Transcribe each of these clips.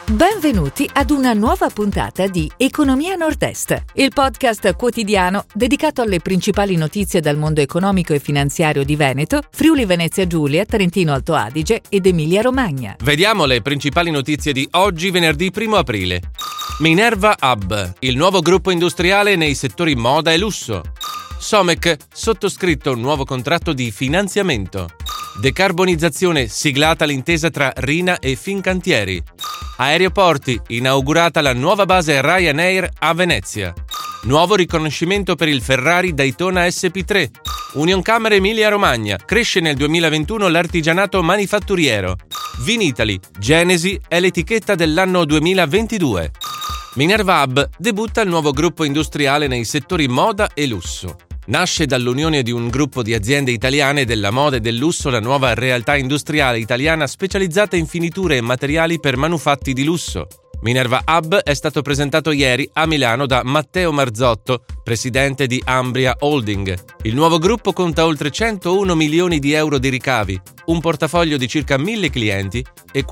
Benvenuti ad una nuova puntata di Economia Nord-Est, il podcast quotidiano dedicato alle principali notizie dal mondo economico e finanziario di Veneto, Friuli Venezia Giulia, Trentino Alto Adige ed Emilia Romagna. Vediamo le principali notizie di oggi, venerdì 1 aprile. Minerva Hub, il nuovo gruppo industriale nei settori moda e lusso. Somec, sottoscritto un nuovo contratto di finanziamento. Decarbonizzazione, siglata l'intesa tra Rina e Fincantieri. Aeroporti, inaugurata la nuova base Ryanair a Venezia. Nuovo riconoscimento per il Ferrari Daytona SP3. Unioncamere Emilia Romagna, cresce nel 2021 l'artigianato manifatturiero. Vinitaly, Genesi è l'etichetta dell'anno 2022. Minerva Hub debutta il nuovo gruppo industriale nei settori moda e lusso. Nasce dall'unione di un gruppo di aziende italiane della moda e del lusso la nuova realtà industriale italiana specializzata in finiture e materiali per manufatti di lusso. Minerva Hub è stato presentato ieri a Milano da Matteo Marzotto, presidente di Ambria Holding. Il nuovo gruppo conta oltre 101 milioni di euro di ricavi, un portafoglio di circa 1000 clienti e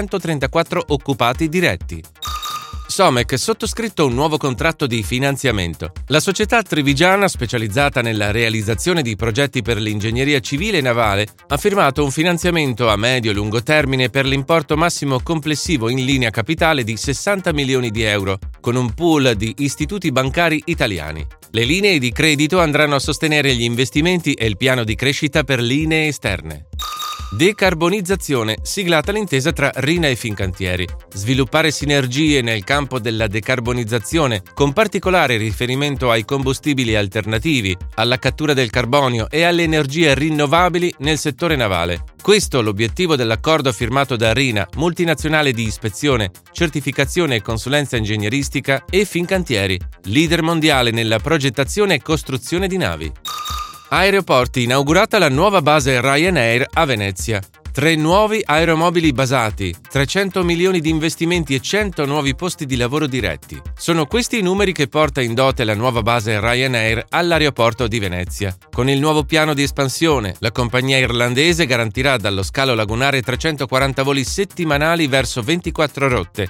434 occupati diretti. Somec sottoscritto un nuovo contratto di finanziamento. La società trivigiana, specializzata nella realizzazione di progetti per l'ingegneria civile e navale, ha firmato un finanziamento a medio e lungo termine per l'importo massimo complessivo in linea capitale di 60 milioni di euro, con un pool di istituti bancari italiani. Le linee di credito andranno a sostenere gli investimenti e il piano di crescita per linee esterne. Decarbonizzazione, siglata l'intesa tra Rina e Fincantieri. Sviluppare sinergie nel campo della decarbonizzazione, con particolare riferimento ai combustibili alternativi, alla cattura del carbonio e alle energie rinnovabili nel settore navale. Questo l'obiettivo dell'accordo firmato da Rina, multinazionale di ispezione, certificazione e consulenza ingegneristica, e Fincantieri, leader mondiale nella progettazione e costruzione di navi. Aeroporti, inaugurata la nuova base Ryanair a Venezia. 3 nuovi aeromobili basati, 300 milioni di investimenti e 100 nuovi posti di lavoro diretti. Sono questi i numeri che porta in dote la nuova base Ryanair all'aeroporto di Venezia. Con il nuovo piano di espansione, la compagnia irlandese garantirà dallo scalo lagunare 340 voli settimanali verso 24 rotte,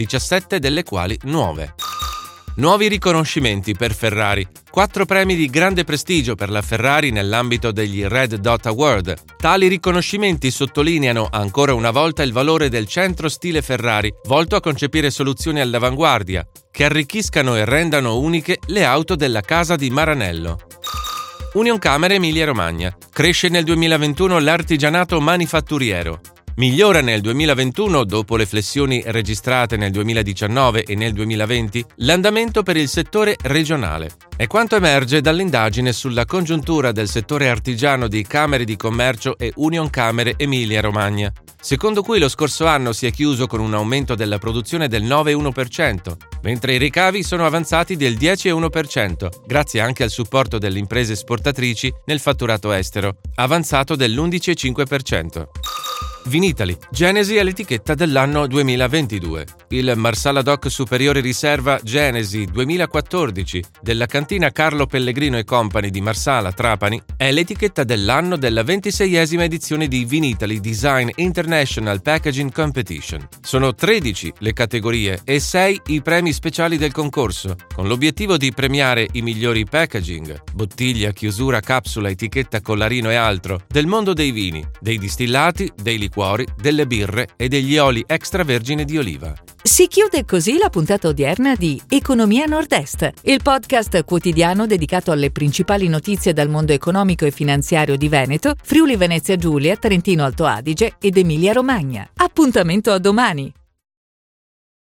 17 delle quali nuove. Nuovi riconoscimenti per Ferrari. 4 premi di grande prestigio per la Ferrari nell'ambito degli Red Dot Award. Tali riconoscimenti sottolineano ancora una volta il valore del centro stile Ferrari, volto a concepire soluzioni all'avanguardia, che arricchiscano e rendano uniche le auto della casa di Maranello. Unioncamere Emilia Romagna. Cresce nel 2021 l'artigianato manifatturiero. Migliora nel 2021, dopo le flessioni registrate nel 2019 e nel 2020, l'andamento per il settore regionale. È quanto emerge dall'indagine sulla congiuntura del settore artigiano di Camere di Commercio e Unioncamere Emilia Romagna, secondo cui lo scorso anno si è chiuso con un aumento della produzione del 9,1%, mentre i ricavi sono avanzati del 10,1%, grazie anche al supporto delle imprese esportatrici nel fatturato estero, avanzato dell'11,5%. Vinitaly, Genesi è l'etichetta dell'anno 2022. Il Marsala DOC Superiore Riserva Genesi 2014 della cantina Carlo Pellegrino e Company di Marsala, Trapani, è l'etichetta dell'anno della 26esima edizione di Vinitaly Design International Packaging Competition. Sono 13 le categorie e 6 i premi speciali del concorso, con l'obiettivo di premiare i migliori packaging, bottiglia, chiusura, capsula, etichetta, collarino e altro, del mondo dei vini, dei distillati, dei liquori, delle birre e degli oli extravergine di oliva. Si chiude così la puntata odierna di Economia Nord-Est, il podcast quotidiano dedicato alle principali notizie dal mondo economico e finanziario di Veneto, Friuli Venezia Giulia, Trentino Alto Adige ed Emilia Romagna. Appuntamento a domani!